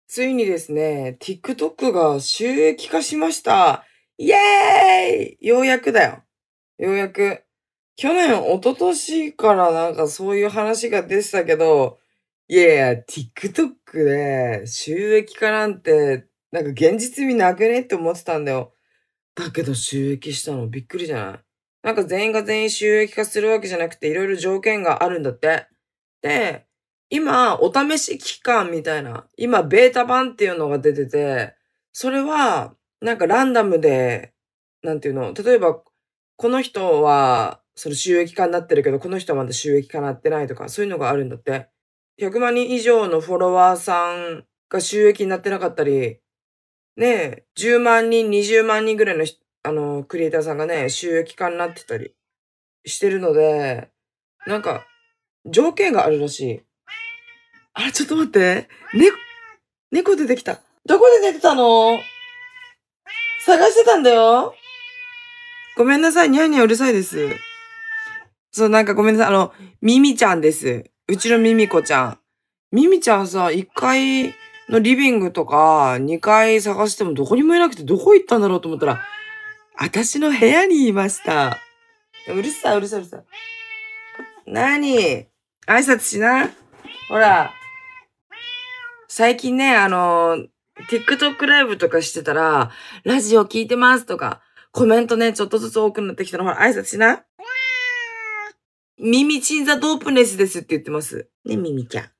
ついにですね、TikTok が収益化しました。イエーイようやくだよ。ようやく。去年、一昨年からなんかそういう話が出てたけど、いやいや、TikTok で収益化なんて、なんか現実味なくねって思ってたんだよ。だけど収益したのびっくりじゃない？なんか全員が全員収益化するわけじゃなくて、いろいろ条件があるんだって。で、今、お試し期間みたいな、今、ベータ版っていうのが出てて、それは、なんかランダムで、なんていうの、例えば、この人は、その収益化になってるけど、この人はまだ収益化になってないとか、そういうのがあるんだって。100万人以上のフォロワーさんが収益になってなかったり、ねえ、10万人、20万人ぐらいのクリエイターさんがね、収益化になってたりしてるので、なんか、条件があるらしい。あれ、ちょっと待って。猫出てきた。どこで寝てたの？探してたんだよ。ごめんなさい。ニャーニャーうるさいです。そう、なんかごめんなさい。ミミちゃんです。うちのミミコちゃん。ミミちゃんさ、1階のリビングとか、2階探してもどこにもいなくて、どこ行ったんだろうと思ったら、私の部屋にいました。うるさい、うるさい、うるさい。なに？挨拶しな。ほら。最近ね、TikTok ライブとかしてたら、ラジオ聞いてますとか、コメントね、ちょっとずつ多くなってきたの。ほら、挨拶しな。ミミチンザドープネスですって言ってます。ね、ミミちゃん。かわ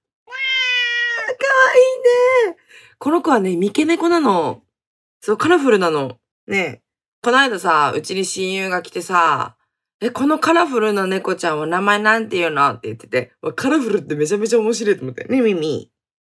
いいね。この子はね、三毛猫なの。そう、カラフルなの。ね。この間さ、うちに親友が来てさ、このカラフルな猫ちゃんは名前なんて言うのって言ってて、カラフルってめちゃめちゃ面白いと思って。ね、ミミ。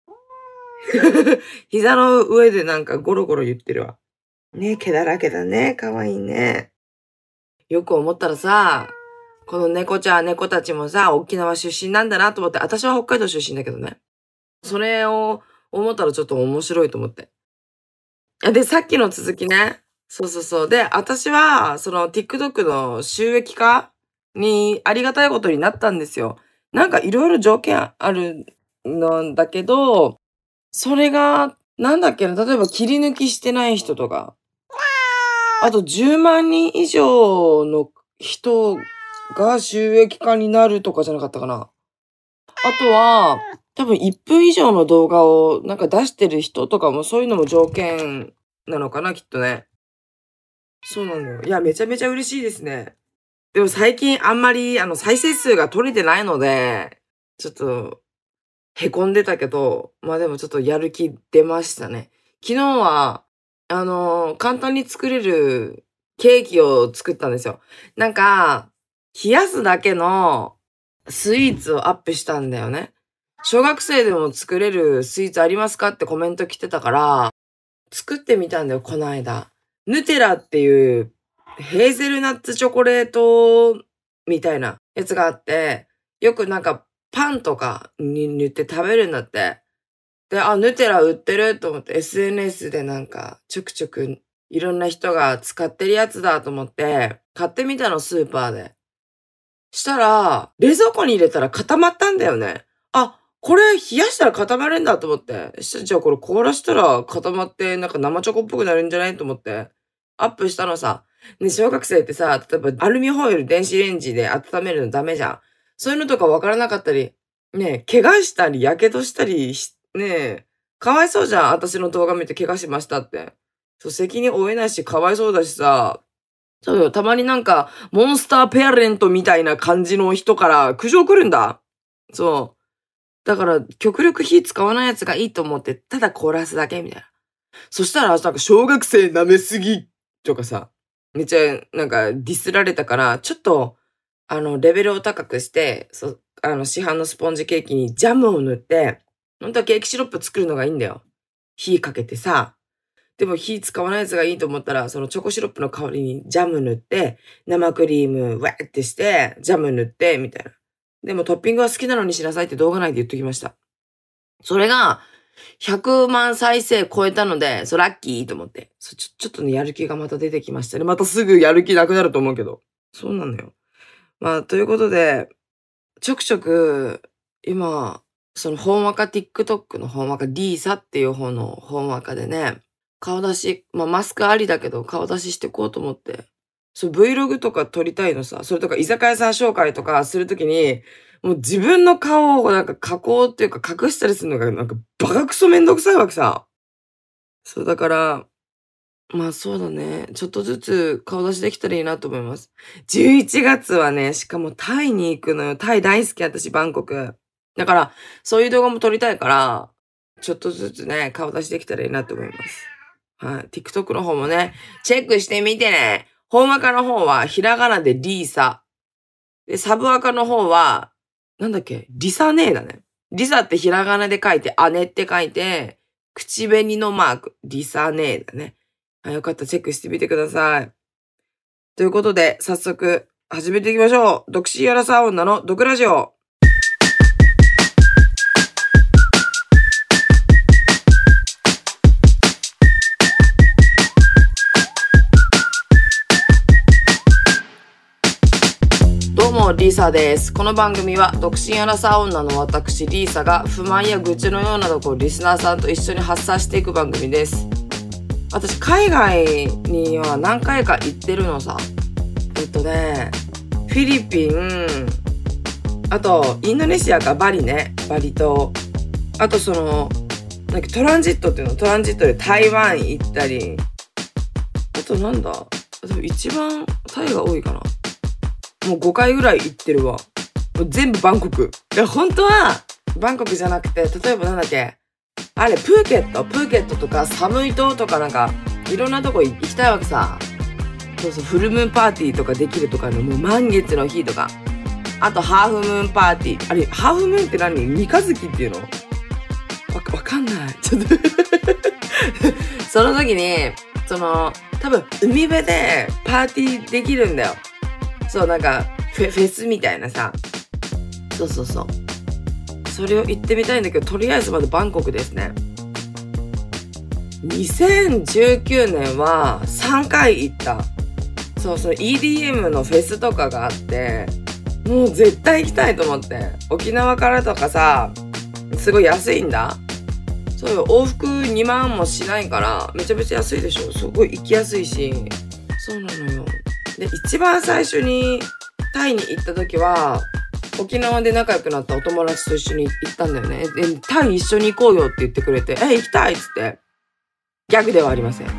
膝の上でなんかゴロゴロ言ってるわ。ね、毛だらけだね。かわいいね。よく思ったらさ、この猫ちゃん、猫たちもさ、沖縄出身なんだなと思って、私は北海道出身だけどね。それを思ったらちょっと面白いと思って。で、さっきの続きね。そうそうそう。で、私は、その TikTok の収益化にありがたいことになったんですよ。なんかいろいろ条件あるんだけど、それが、なんだっけな、例えば切り抜きしてない人とか、あと10万人以上の人が収益化になるとかじゃなかったかな。あとは、多分1分以上の動画をなんか出してる人とかもそういうのも条件なのかな、きっとね。そうなのよ。いや、めちゃめちゃ嬉しいですね。でも最近あんまり再生数が取れてないので、ちょっとへこんでたけど、まあでもちょっとやる気出ましたね。昨日は、簡単に作れるケーキを作ったんですよ。なんか、冷やすだけのスイーツをアップしたんだよね。小学生でも作れるスイーツありますかってコメント来てたから、作ってみたんだよ、この間。ヌテラっていうヘーゼルナッツチョコレートみたいなやつがあって、よくなんかパンとかに塗って食べるんだって。で、ヌテラ売ってると思って SNS でなんかちょくちょくいろんな人が使ってるやつだと思って買ってみたの、スーパーで。したら、冷蔵庫に入れたら固まったんだよね。あ、これ冷やしたら固まるんだと思って。じゃあこれ凍らしたら固まってなんか生チョコっぽくなるんじゃないと思って。アップしたのさ。ね、小学生ってさ、例えばアルミホイル電子レンジで温めるのダメじゃん。そういうのとかわからなかったり、ね、怪我したり、やけどしたりねえ、かわいそうじゃん。私の動画見て怪我しましたって。そう、責任負えないし、かわいそうだしさ。そうよ、たまになんか、モンスターペアレントみたいな感じの人から苦情来るんだ。そう。だから、極力火使わないやつがいいと思って、ただ凍らすだけみたいな。そしたら、なんか小学生舐めすぎとかさ、めっちゃなんかディスられたから、ちょっと、レベルを高くして、市販のスポンジケーキにジャムを塗って、本当はケーキシロップ作るのがいいんだよ。火かけてさ。でも火使わないやつがいいと思ったら、そのチョコシロップの代わりにジャム塗って、生クリームわーってして、ジャム塗って、みたいな。でもトッピングは好きなのにしなさいって動画内で言っときました。それが、100万再生超えたので、ラッキーと思って。ちょっとね、やる気がまた出てきましたね。またすぐやる気なくなると思うけど。そうなのよ。まあ、ということで、ちょくちょく、今、 そのほんわか TikTok のほんわか D サっていう方のほんわかでね、顔出し、マスクありだけど顔出ししてこうと思って。そう、Vlog とか撮りたいのさ。それとか居酒屋さん紹介とかするときに、もう自分の顔をなんか加工っていうか隠したりするのがなんかバカクソめんどくさいわけさ。そうだから、そうだね。ちょっとずつ顔出しできたらいいなと思います。11月はね、しかもタイに行くのよ。タイ大好き私、バンコク。だから、そういう動画も撮りたいから、ちょっとずつね、顔出しできたらいいなと思います。はい。TikTok の方もね、チェックしてみてね。本赤の方は、ひらがなでリーサ。で、サブ赤の方は、なんだっけ、リサ姉だね。リサってひらがなで書いて、姉って書いて、口紅のマーク、リサ姉だね。よかったらチェックしてみてください。ということで、早速、始めていきましょう。独身アラサー女の毒ラジオ。どうも、リーサです。この番組は、独身アラサー女の私、リーサが不満や愚痴のようなところ、リスナーさんと一緒に発散していく番組です。私、海外には何回か行ってるのさ。フィリピン、あと、インドネシアかバリね。バリ島。あとなんかトランジットっていうの、トランジットで台湾行ったり。あとなんだでも一番タイが多いかな。もう5回ぐらい行ってるわ。もう全部バンコク。いや、本当は、バンコクじゃなくて、例えばなんだっけあれ、プーケットとか、サムイ島とかなんか、いろんなとこ行きたいわけさ。そうそう、フルムーンパーティーとかできるとかの、もう満月の日とか。あと、ハーフムーンパーティー。あれ、ハーフムーンって何？三日月っていうの？わかんない。ちょっとその時に、多分、海辺でパーティーできるんだよ。そう、なんか、フェスみたいなさ。そう。それを行ってみたいんだけど、とりあえずまずバンコクですね。2019年は3回行った。そう、EDM のフェスとかがあって、もう絶対行きたいと思って。沖縄からとかさ、すごい安いんだ。そうよ、往復2万もしないから、めちゃめちゃ安いでしょ。すごい行きやすいし。そうなのよ。で、一番最初にタイに行った時は、沖縄で仲良くなったお友達と一緒に行ったんだよね。で、タイ一緒に行こうよって言ってくれて、行きたいっつって。ギャグではありません。はい。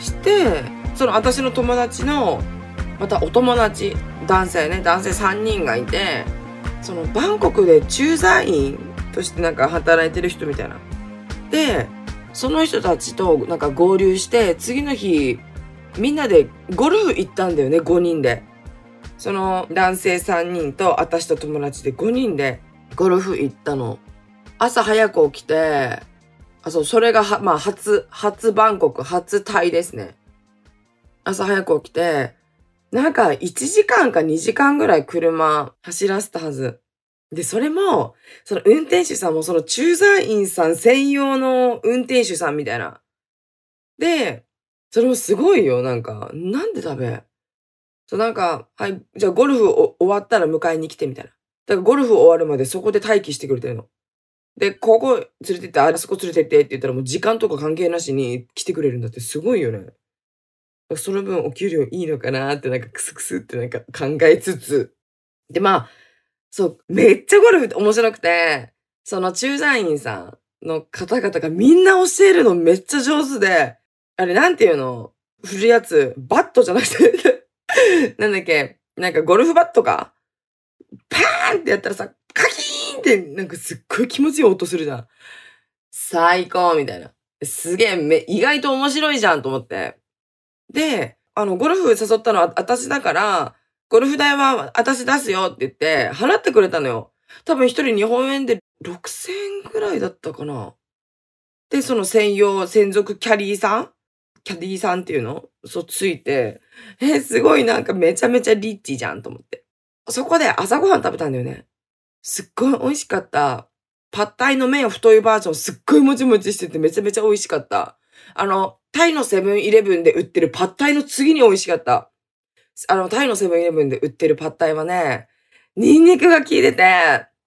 して、私の友達の、またお友達、男性3人がいて、バンコクで駐在員としてなんか働いてる人みたいな。で、その人たちとなんか合流して、次の日、みんなでゴルフ行ったんだよね、5人で。その男性3人と私と友達で5人でゴルフ行ったの。朝早く起きて、それが初バンコク、初タイですね。朝早く起きて、なんか1時間か2時間ぐらい車走らせたはず。で、それも、運転手さんも駐在員さん専用の運転手さんみたいな。で、それもすごいよ、なんか。なんでなんか、はい、じゃあゴルフ終わったら迎えに来てみたいな。だからゴルフ終わるまでそこで待機してくれてるの。で、ここ連れてって、あそこ連れてってって言ったらもう時間とか関係なしに来てくれるんだってすごいよね。その分お給料いいのかなってなんかクスクスってなんか考えつつ。で、めっちゃゴルフって面白くて、駐在員さんの方々がみんな教えるのめっちゃ上手で、あれなんていうの？振るやつ、バットじゃなくてなんだっけ？なんかゴルフバットか？パーンってやったらさ、カキーンってなんかすっごい気持ちいい音するじゃん。最高みたいな。すげえ、意外と面白いじゃんと思って。で、ゴルフ誘ったのは私だから、ゴルフ代は私出すよって言って払ってくれたのよ。多分一人日本円で6000円くらいだったかな。で、専属キャディーさんっていうのついて、すごいなんかめちゃめちゃリッチじゃんと思って。そこで朝ごはん食べたんだよね。すっごい美味しかった。パッタイの麺太いバージョンすっごいもちもちしててめちゃめちゃ美味しかった。タイのセブンイレブンで売ってるパッタイの次に美味しかった。タイのセブンイレブンで売ってるパッタイはね、ニンニクが効いてて、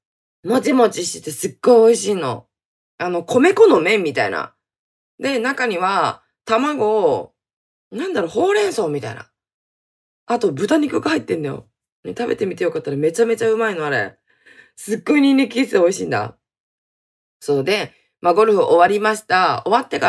もちもちしててすっごい美味しいの。米粉の麺みたいな。で、中には、卵、ほうれん草みたいな。あと、豚肉が入ってんだよ。ね、食べてみてよかったらめちゃめちゃうまいの、あれ。すっごいニンニク効いてて美味しいんだ。そうで、ゴルフ終わりました。終わってから、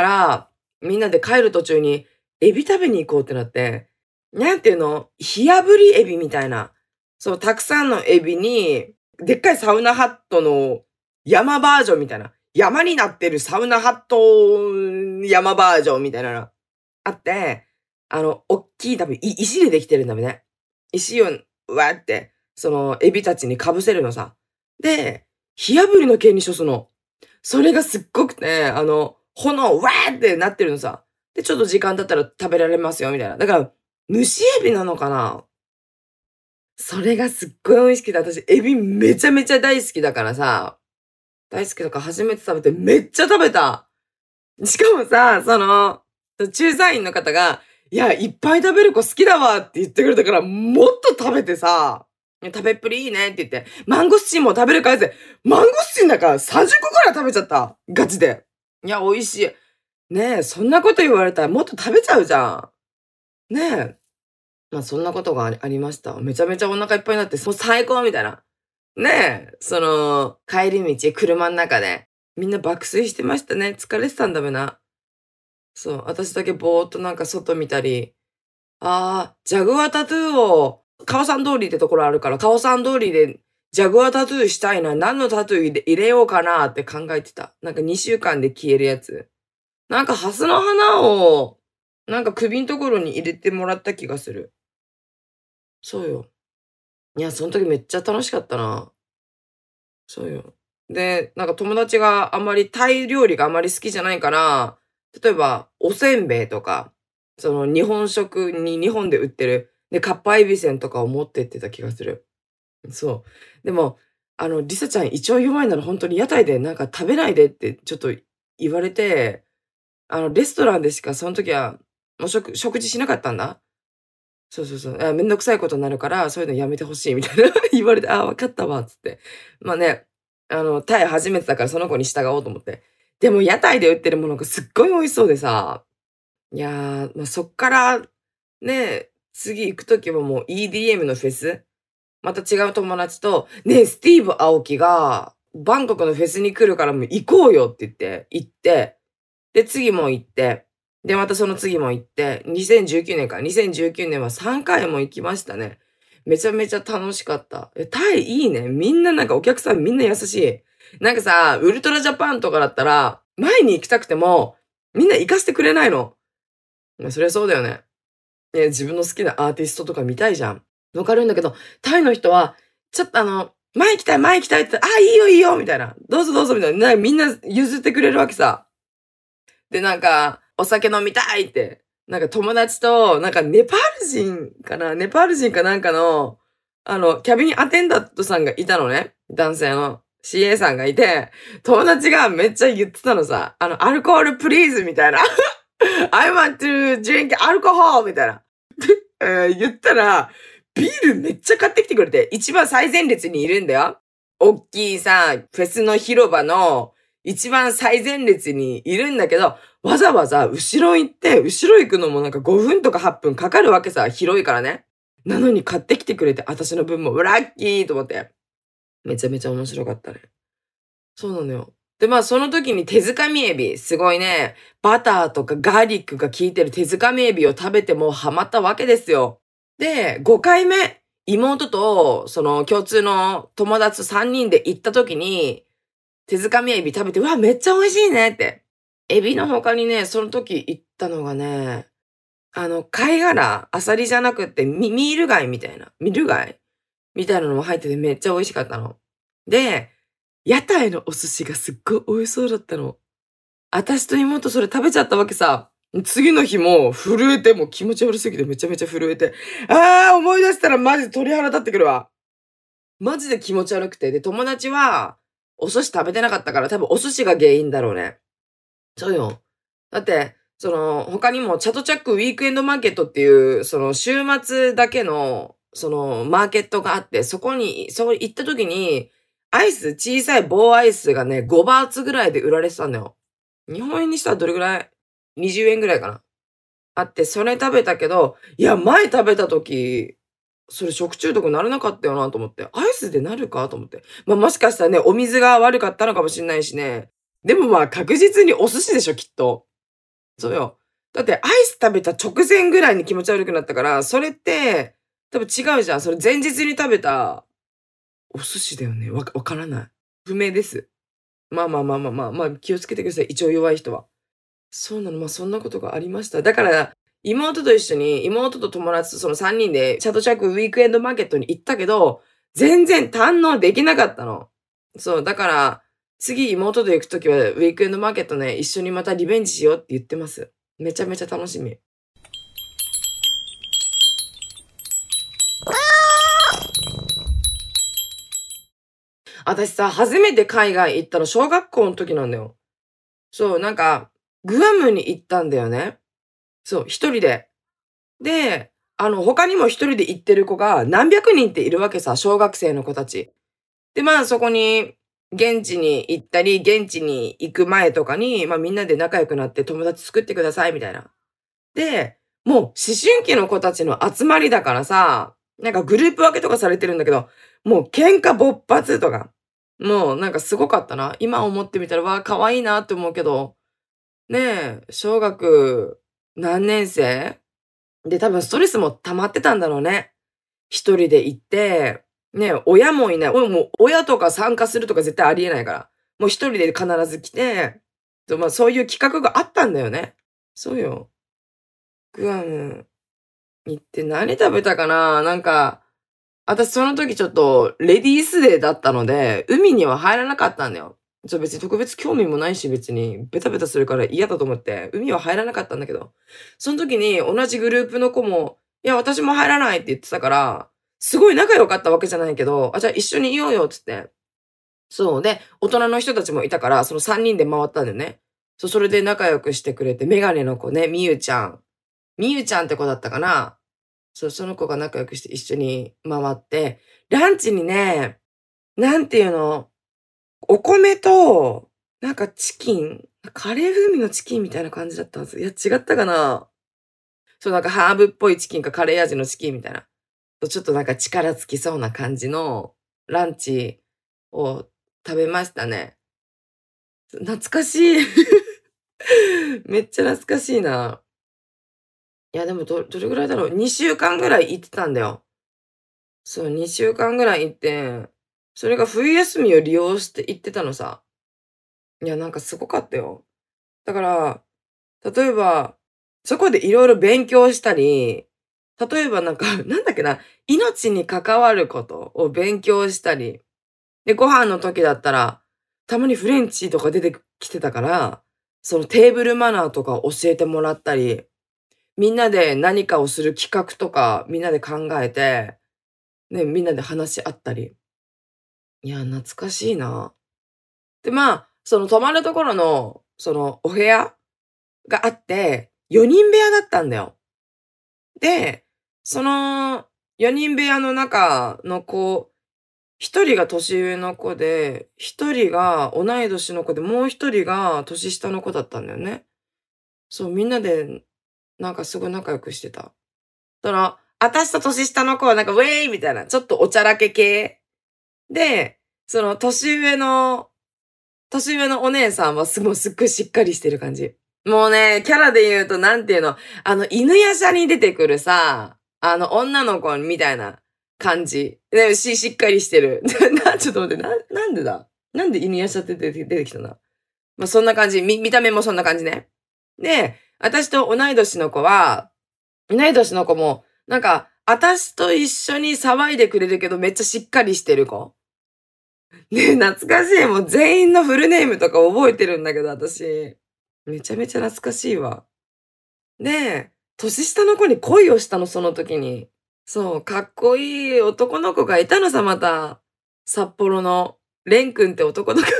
みんなで帰る途中に、エビ食べに行こうってなって、なんていうの火炙りエビみたいな。そう、たくさんのエビに、でっかいサウナハットの山バージョンみたいな。山になってるサウナハット山バージョンみたいなのあって、おっきい多分石でできてるんだよね。石を、わーって、その、エビたちに被せるのさ。で、火炙りの剣に処すの。それがすっごくて、炎、わーってなってるのさ。で、ちょっと時間経ったら食べられますよ、みたいな。だから、蒸しエビなのかな。それがすっごい美味しくて、私、エビめちゃめちゃ大好きだからさ、大好きだから初めて食べてめっちゃ食べた。しかもさ、駐在員の方が、いや、いっぱい食べる子好きだわって言ってくれたから、もっと食べてさ、食べっぷりいいねって言って、マンゴスチンも食べるかいって、マンゴスチンだから30個くらい食べちゃった。ガチで。いや、美味しい。ねえ、そんなこと言われたらもっと食べちゃうじゃん。ねえ。そんなことがありました。めちゃめちゃお腹いっぱいになって、もう最高みたいな。ねえ、帰り道、車の中で、みんな爆睡してましたね。疲れてたんだべな。そう、私だけぼーっと外見たり、ジャグアータトゥーを、カオさん通りってところあるから、カオさん通りでジャグアータトゥーしたいな。何のタトゥー入れようかなって考えてた。2週間で消えるやつ。ハスの花を、首のところに入れてもらった気がする。そうよ。いや、その時めっちゃ楽しかったな。そうよ。で、友達があんまりタイ料理があんまり好きじゃないから、例えばおせんべいとか、日本食に日本で売ってる、で、かっぱえびせんとかを持ってってた気がする。そう。でも、リサちゃん胃腸弱いなら本当に屋台で食べないでってちょっと言われて、レストランでしかその時は、もう食事しなかったんだ。そうそうそう。めんどくさいことになるから、そういうのやめてほしいみたいな言われて、わかったわ、つって。ね、タイ初めてだからその子に従おうと思って。でも屋台で売ってるものがすっごい美味しそうでさ。いやー、そっから、ね、次行くときはもう EDM のフェスまた違う友達と、ね、スティーブ・アオキが、バンコクのフェスに来るからもう行こうよって言って、行って、で、次も行って、で、またその次も行って、2019年か。2019年は3回も行きましたね。めちゃめちゃ楽しかった。タイいいね。みんなお客さんみんな優しい。さ、ウルトラジャパンとかだったら、前に行きたくても、みんな行かせてくれないの。そりゃそうだよね。自分の好きなアーティストとか見たいじゃん。わかるんだけど、タイの人は、ちょっと前行きたい、前行きたいって、いいよいいよみたいな。どうぞどうぞみたいな。みんな譲ってくれるわけさ。で、お酒飲みたいって、友達と、ネパール人かなネパール人かの、キャビンアテンダントさんがいたのね。男性の CA さんがいて、友達がめっちゃ言ってたのさ。アルコールプリーズみたいな。I want to drink alcohol みたいな。言ったら、ビールめっちゃ買ってきてくれて、一番最前列にいるんだよ。おっきいさ、フェスの広場の一番最前列にいるんだけど、わざわざ後ろ行って、後ろ行くのも5分とか8分かかるわけさ、広いからね。なのに買ってきてくれて、私の分もラッキーと思って。めちゃめちゃ面白かったね。そうなのよ。で、その時に手づかみエビ、すごいね、バターとかガーリックが効いてる手づかみエビを食べてもうハマったわけですよ。で、5回目、妹と、共通の友達3人で行った時に、手づかみエビ食べて、うわ、めっちゃ美味しいねって。エビの他にね、その時行ったのがね、貝殻、アサリじゃなくってミール貝みたいな、ミル貝みたいなのも入っててめっちゃ美味しかったの。で、屋台のお寿司がすっごい美味しそうだったの。私と妹それ食べちゃったわけさ。次の日も震えて、もう気持ち悪すぎてめちゃめちゃ震えて。思い出したらマジで鳥肌立ってくるわ。マジで気持ち悪くて。で、友達はお寿司食べてなかったから多分お寿司が原因だろうね。そうよ。だって、他にもチャトチャックウィークエンドマーケットっていう、週末だけの、マーケットがあって、そこ行った時に、 アイス、小さい棒アイスがね、5バーツぐらいで売られてたんだよ。日本円にしたらどれぐらい ?20 円ぐらいかな。あって、それ食べたけど、いや、前食べた時、それ食中毒ならなかったよなと思って。アイスでなるかと思って。もしかしたらね、お水が悪かったのかもしんないしね。でも確実にお寿司でしょ、きっと。そうよ。だってアイス食べた直前ぐらいに気持ち悪くなったから、それって、多分違うじゃん。それ前日に食べたお寿司だよね。わからない。不明です。気をつけてください。胃腸弱い人は。そうなの。そんなことがありました。だから、妹と一緒に、妹と友達とその3人で、チャトチャクウィークエンドマーケットに行ったけど、全然堪能できなかったの。そう、だから、次妹と行くときは、ウィークエンドマーケットね、一緒にまたリベンジしようって言ってます。めちゃめちゃ楽しみ。私さ、初めて海外行ったの小学校の時なんだよ。そう、グアムに行ったんだよね。そう、一人で。で、他にも一人で行ってる子が何百人っているわけさ、小学生の子たち。で、そこに、現地に行ったり、現地に行く前とかに、みんなで仲良くなって友達作ってください、みたいな。で、もう思春期の子たちの集まりだからさ、グループ分けとかされてるんだけど、もう喧嘩勃発とか。もうすごかったな。今思ってみたら、可愛いなって思うけど、ねえ、小学何年生で、多分ストレスも溜まってたんだろうね。一人で行って、ねえ、親もいない。もう親とか参加するとか絶対ありえないから。もう一人で必ず来て、そういう企画があったんだよね。そうよ。グアム行って何食べたかな。私その時ちょっとレディースデーだったので、海には入らなかったんだよ。別に特別興味もないし、別にベタベタするから嫌だと思って、海は入らなかったんだけど、その時に同じグループの子も、いや、私も入らないって言ってたから、すごい仲良かったわけじゃないけど、じゃあ一緒にいようよっつって。そう。で、大人の人たちもいたから、その3人で回ったんだよね。それで仲良くしてくれて、メガネの子ね、みゆちゃん。みゆちゃんって子だったかな。そう、その子が仲良くして一緒に回って、ランチにね、なんていうの、お米と、チキン、カレー風味のチキンみたいな感じだったはず。いや、違ったかな。そう、ハーブっぽいチキンかカレー味のチキンみたいな。ちょっと力つきそうな感じのランチを食べましたね。懐かしい。めっちゃ懐かしいな。いや、でもどれぐらいだろう。2週間ぐらい行ってたんだよ。そう、2週間ぐらい行って、それが冬休みを利用して行ってたのさ。いや、すごかったよ。だから、例えば、そこでいろいろ勉強したり、例えばなんだっけな、命に関わることを勉強したり、で、ご飯の時だったら、たまにフレンチとか出てきてたから、そのテーブルマナーとかを教えてもらったり、みんなで何かをする企画とかみんなで考えて、ね、みんなで話し合ったり。いや、懐かしいな。で、その泊まるところの、そのお部屋があって、4人部屋だったんだよ。で、その4人部屋の中の子、1人が年上の子で、1人が同い年の子で、もう1人が年下の子だったんだよね。そう、みんなで、すごい仲良くしてた。私と年下の子はウェイみたいな、ちょっとおちゃらけ系。で、その年上のお姉さんはすっごいしっかりしてる感じ。もうね、キャラで言うと、なんていうの、犬夜叉に出てくるさ、女の子みたいな感じ。で、しっかりしてる。ちょっと待って、なんでだなんで犬夜叉って出てきたな。そんな感じ。見た目もそんな感じね。で、私と同い年の子は、同い年の子も、私と一緒に騒いでくれるけど、めっちゃしっかりしてる子。ね、懐かしい。もう全員のフルネームとか覚えてるんだけど、私。めちゃめちゃ懐かしいわ。で、年下の子に恋をしたの、その時に。そう、かっこいい男の子がいたのさ、また。札幌の、レン君って男の子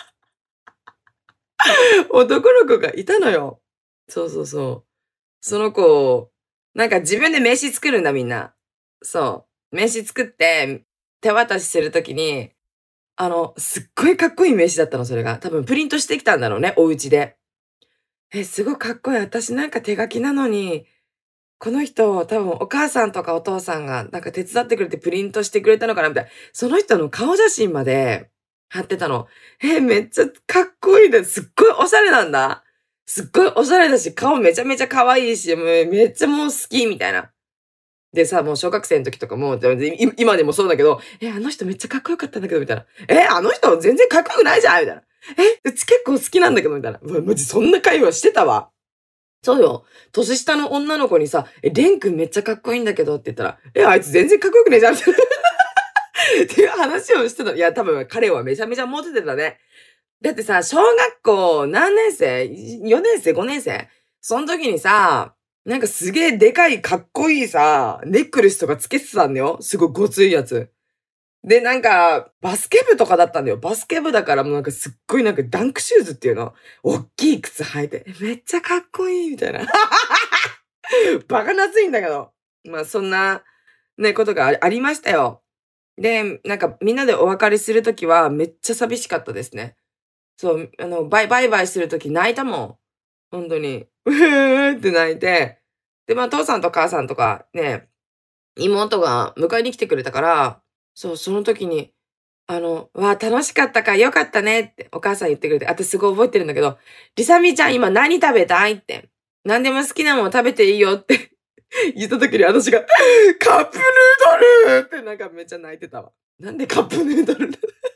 男の子がいたのよ。そうそうそう。その子、自分で名刺作るんだ、みんな。そう。名刺作って、手渡しするときに、 すっごいかっこいい名刺だったの、それが。多分プリントしてきたんだろうね、お家で。すごいかっこいい。私なんか手書きなのに、この人、多分お母さんとかお父さんがなんか手伝ってくれてプリントしてくれたのかなみたいな。その人の顔写真まで貼ってたの。めっちゃかっこいいです。すっごいおしゃれなんだ。すっごいおしゃれだし、顔めちゃめちゃ可愛いし、もうめっちゃもう好きみたいな。でさ、もう小学生の時とかも、今でもそうだけど、あの人めっちゃかっこよかったんだけど、みたいな。あの人全然かっこよくないじゃんみたいな。うち結構好きなんだけど、みたいな。うわマジそんな会話してたわ。そうよ。年下の女の子にさ、レン君めっちゃかっこいいんだけどって言ったら、あいつ全然かっこよくねえじゃんってっていう話をしてた。いや、多分彼はめちゃめちゃモテてたね。だってさ、小学校何年生 ?4 年生 ?5 年生その時にさ、なんかすげえでかいかっこいいさ、ネックレスとかつけてたんだよ。すごいごついやつ。で、なんか、バスケ部とかだったんだよ。バスケ部だからもうなんかすっごいなんかダンクシューズっていうの。おっきい靴履いて、めっちゃかっこいいみたいな。バカなついんだけど。まあそんな、ね、ことがありましたよ。で、なんかみんなでお別れするときはめっちゃ寂しかったですね。そう、バイバイするとき泣いたもん。本当に。うーって泣いて。で、まあ父さんと母さんとかね、妹が迎えに来てくれたから、そう、その時に、楽しかったか、よかったねってお母さん言ってくれて、私すごい覚えてるんだけど、りさみちゃん今何食べたいって。何でも好きなもの食べていいよって言った時に私が、カップヌードルってなんかめっちゃ泣いてたわ。なんでカップヌードル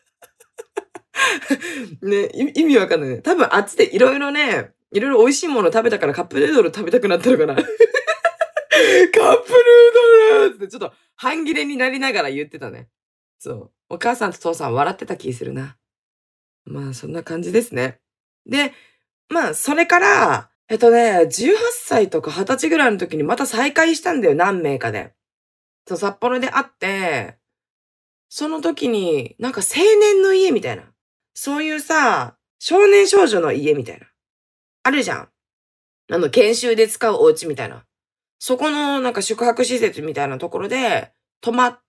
ね、意味わかんないね。多分あっちでいろいろね、いろいろ美味しいもの食べたからカップヌードル食べたくなったのかな。カップヌードルってちょっと半切れになりながら言ってたね。そう。お母さんと父さん笑ってた気するな。まあそんな感じですね。で、まあそれから、18歳とか20歳ぐらいの時にまた再会したんだよ、何名かで。そう、札幌で会って、その時になんか青年の家みたいな。そういうさ、少年少女の家みたいな。あるじゃん。研修で使うお家みたいな。そこのなんか宿泊施設みたいなところで泊まって、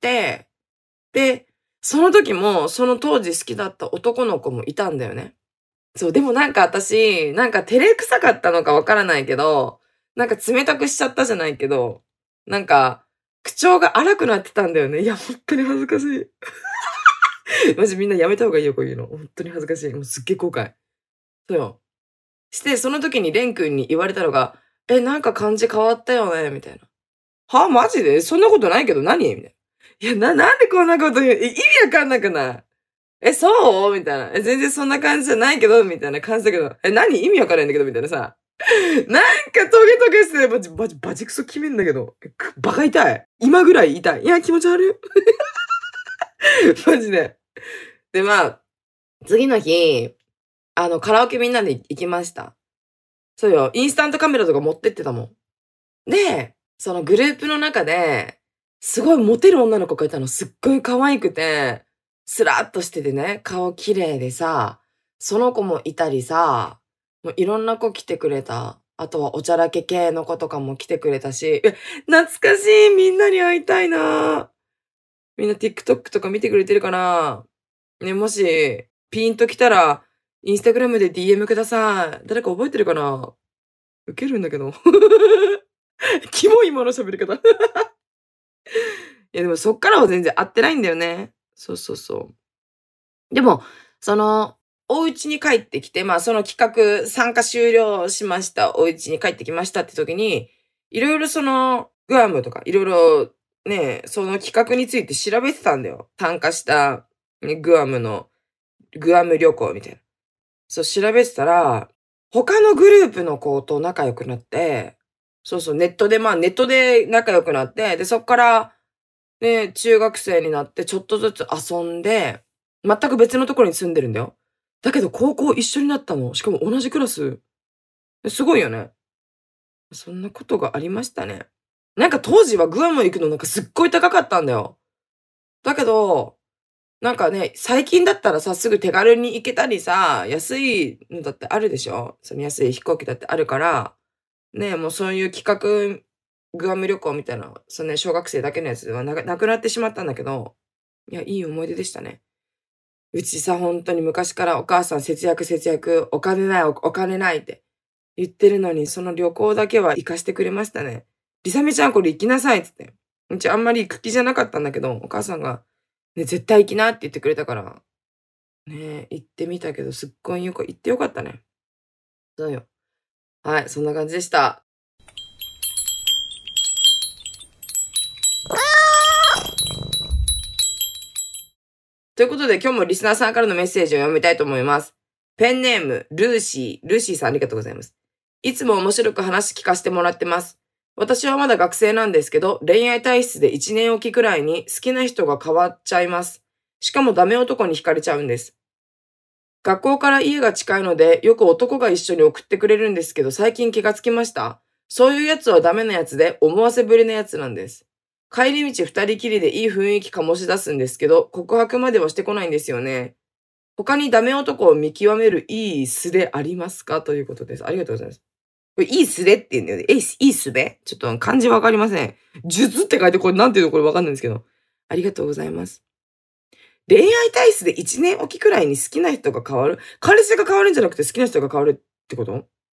で、その時もその当時好きだった男の子もいたんだよね。そう、でもなんか私、なんか照れくさかったのかわからないけど、なんか冷たくしちゃったじゃないけど、なんか、口調が荒くなってたんだよね。いや、本当に恥ずかしい。マジみんなやめた方がいいよ、こういうの。本当に恥ずかしい。もうすっげえ後悔。そうよ。して、その時にレン君に言われたのが、なんか感じ変わったよねみたいな。マジでそんなことないけど何みたいな。いや、なんでこんなこと言う意味わかんなくない？そうみたいな。全然そんな感じじゃないけどみたいな感じだけど。何意味わからないんだけどみたいなさ。なんかトゲトゲしてバチクソ決めんだけど。バカ痛い。今ぐらい痛い。いや、気持ち悪い。マジで。で、まあ、次の日、カラオケみんなで行きました。そうよ。インスタントカメラとか持ってってたもん。で、そのグループの中で、すごいモテる女の子がいたの。すっごい可愛くて、スラッとしててね、顔綺麗でさ、その子もいたりさ、もういろんな子来てくれた。あとはおちゃらけ系の子とかも来てくれたし、懐かしいみんなに会いたいなみんな TikTok とか見てくれてるかなね、もし、ピンと来たら、インスタグラムで DM ください。誰か覚えてるかなウケるんだけど。キモい今の喋り方。いやでもそっからは全然会ってないんだよね。そうそうそう。でも、お家に帰ってきて、まあその企画参加終了しました。お家に帰ってきましたって時に、いろいろグアムとか、いろいろね、その企画について調べてたんだよ。参加した、ね、グアム旅行みたいな。そう、調べてたら、他のグループの子と仲良くなって、そうそう、ネットで仲良くなって、で、そっから、ね、中学生になってちょっとずつ遊んで、全く別のところに住んでるんだよ。だけど高校一緒になったの。しかも同じクラス。すごいよね。そんなことがありましたね。なんか当時はグアム行くのなんかすっごい高かったんだよ。だけど、なんかね、最近だったらさ、すぐ手軽に行けたりさ、安いのだってあるでしょ？その安い飛行機だってあるから、ね、もうそういう企画、グアム旅行みたいな、小学生だけのやつはなくなってしまったんだけど、いや、いい思い出でしたね。 うちさ、本当に昔からお母さん節約節約、お金ないお金ないって言ってるのに、その旅行だけは行かしてくれましたね。りさみちゃんこれ行きなさいって言って。うちあんまり行く気じゃなかったんだけど、お母さんが、ね、絶対行きなって言ってくれたから、ね、行ってみたけど、すっごい行ってよかったね。そうよ。はい、そんな感じでした。ということで、今日もリスナーさんからのメッセージを読みたいと思います。ペンネーム、ルーシーさんありがとうございます。いつも面白く話聞かせてもらってます。私はまだ学生なんですけど、恋愛体質で1年おきくらいに好きな人が変わっちゃいます。しかもダメ男に惹かれちゃうんです。学校から家が近いので、よく男が一緒に送ってくれるんですけど、最近気がつきました。そういうやつはダメなやつで、思わせぶりなやつなんです。帰り道二人きりでいい雰囲気醸し出すんですけど、告白まではしてこないんですよね。他にダメ男を見極めるいいスレありますかということです。ありがとうございます。これいいスレって言うんだよね。いいスレちょっと漢字わかりません。術って書いてこれなんていうのこれわかんないんですけど。ありがとうございます。恋愛体質で1年おきくらいに好きな人が変わる？彼氏が変わるんじゃなくて好きな人が変わるってこと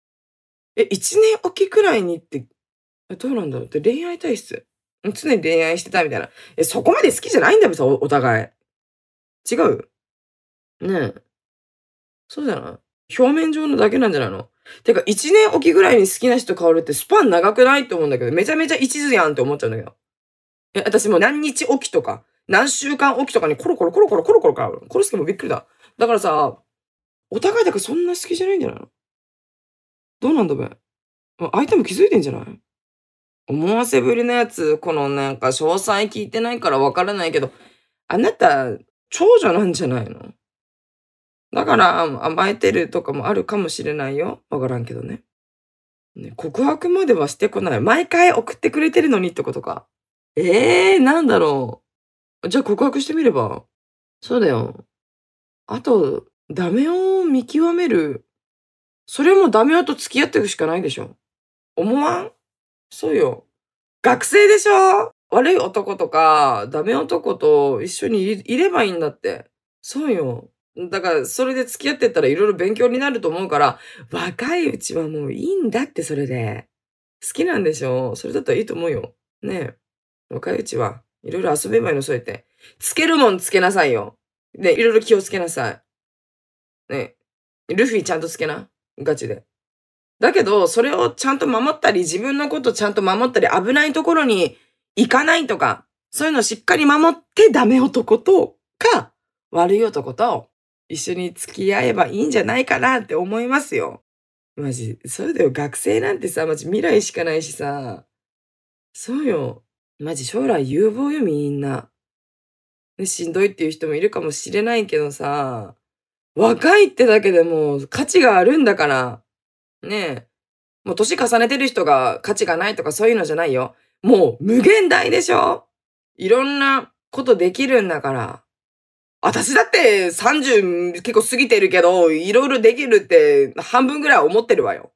？1年おきくらいにって、どうなんだろうって恋愛体質。常に恋愛してたみたいな。そこまで好きじゃないんだよ、お互い。違う？ねえ。そうじゃない？表面上のだけなんじゃないの？てか、1年おきぐらいに好きな人変わるってスパン長くないって思うんだけど、めちゃめちゃ一途やんって思っちゃうんだけど。私もう何日おきとか、何週間おきとかにコロコロ変わる。これ好きもびっくりだ。だからさ、お互いだからそんな好きじゃないんじゃないの？どうなんだべ？相手も気づいてんじゃない？思わせぶりなやつ、このなんか詳細聞いてないからわからないけど、あなた、長女なんじゃないの？だから甘えてるとかもあるかもしれないよ。わからんけどね。告白まではしてこない。毎回送ってくれてるのにってことか。なんだろう。じゃあ告白してみれば。そうだよ。あと、ダメを見極める。それもダメ男と付き合っていくしかないでしょ。思わん？そうよ。学生でしょ？悪い男とか、ダメ男と一緒にいればいいんだって。そうよ。だから、それで付き合ってったらいろいろ勉強になると思うから、若いうちはもういいんだって、それで。好きなんでしょ？それだったらいいと思うよ。ねえ。若いうちはいろいろ遊べばいいの、そうやって。つけるもんつけなさいよ。で、いろいろ気をつけなさい。ねえ。ルフィちゃんとつけな。ガチで。だけど、それをちゃんと守ったり、自分のことちゃんと守ったり、危ないところに行かないとか、そういうのをしっかり守ってダメ男とか、悪い男と一緒に付き合えばいいんじゃないかなって思いますよ。マジ、そうだよ。学生なんてさ、マジ未来しかないしさ。そうよ。マジ将来有望よ、みんな。しんどいっていう人もいるかもしれないけどさ、若いってだけでもう価値があるんだから。ねえ。もう年重ねてる人が価値がないとかそういうのじゃないよ。もう無限大でしょ？いろんなことできるんだから。私だって30結構過ぎてるけど、いろいろできるって半分ぐらい思ってるわよ。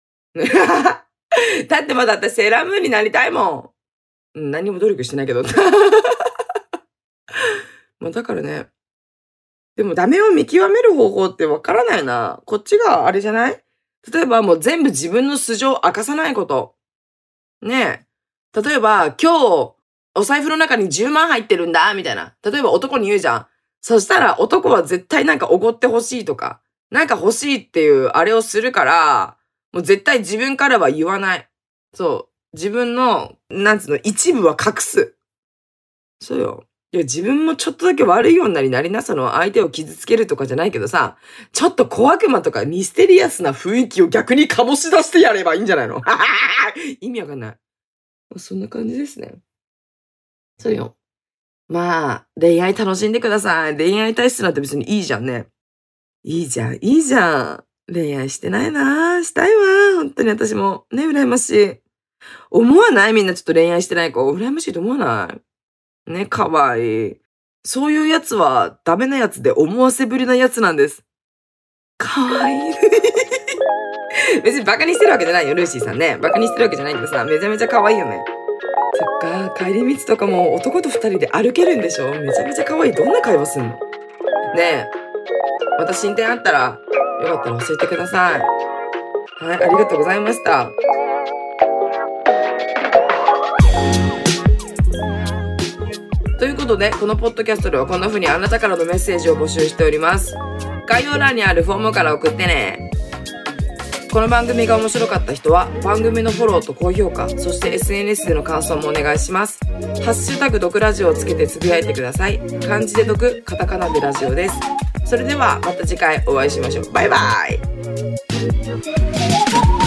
だってまだ私セーラームーンになりたいもん。何も努力してないけど。まあだからね。でもダメを見極める方法ってわからないな。こっちがあれじゃない？例えばもう全部自分の素性を明かさないこと。ねえ。例えば今日お財布の中に10万入ってるんだ、みたいな。例えば男に言うじゃん。そしたら男は絶対なんかおごってほしいとか、なんか欲しいっていうあれをするから、もう絶対自分からは言わない。そう。自分の、なんつうの、一部は隠す。そうよ。いや、自分もちょっとだけ悪い女になりな、その相手を傷つけるとかじゃないけどさ、ちょっと小悪魔とかミステリアスな雰囲気を逆に醸し出してやればいいんじゃないの？意味わかんない。そんな感じですね。そうよ。まあ、恋愛楽しんでください。恋愛体質なんて別にいいじゃんね。いいじゃん、いいじゃん。恋愛してないな。したいわ。本当に私も。ね、羨ましい。思わない？みんなちょっと恋愛してない子。羨ましいと思わない？ね、かわいい。そういうやつはダメなやつで思わせぶりなやつなんです。かわいい。別にバカにしてるわけじゃないよ、ルーシーさんね。バカにしてるわけじゃないけどさ、めちゃめちゃ可愛いよね。そっか、帰り道とかも男と二人で歩けるんでしょ？めちゃめちゃ可愛い。どんな会話すんの？ねえ、 また進展あったら、よかったら教えてください。はい、ありがとうございました。ということで、このポッドキャストではこんな風にあなたからのメッセージを募集しております。概要欄にあるフォームから送ってね。この番組が面白かった人は番組のフォローと高評価、そして SNS での感想もお願いします。ハッシュタグ毒ラジオをつけてつぶやいてください。漢字で毒、カタカナでラジオです。それではまた次回お会いしましょう。バイバイ。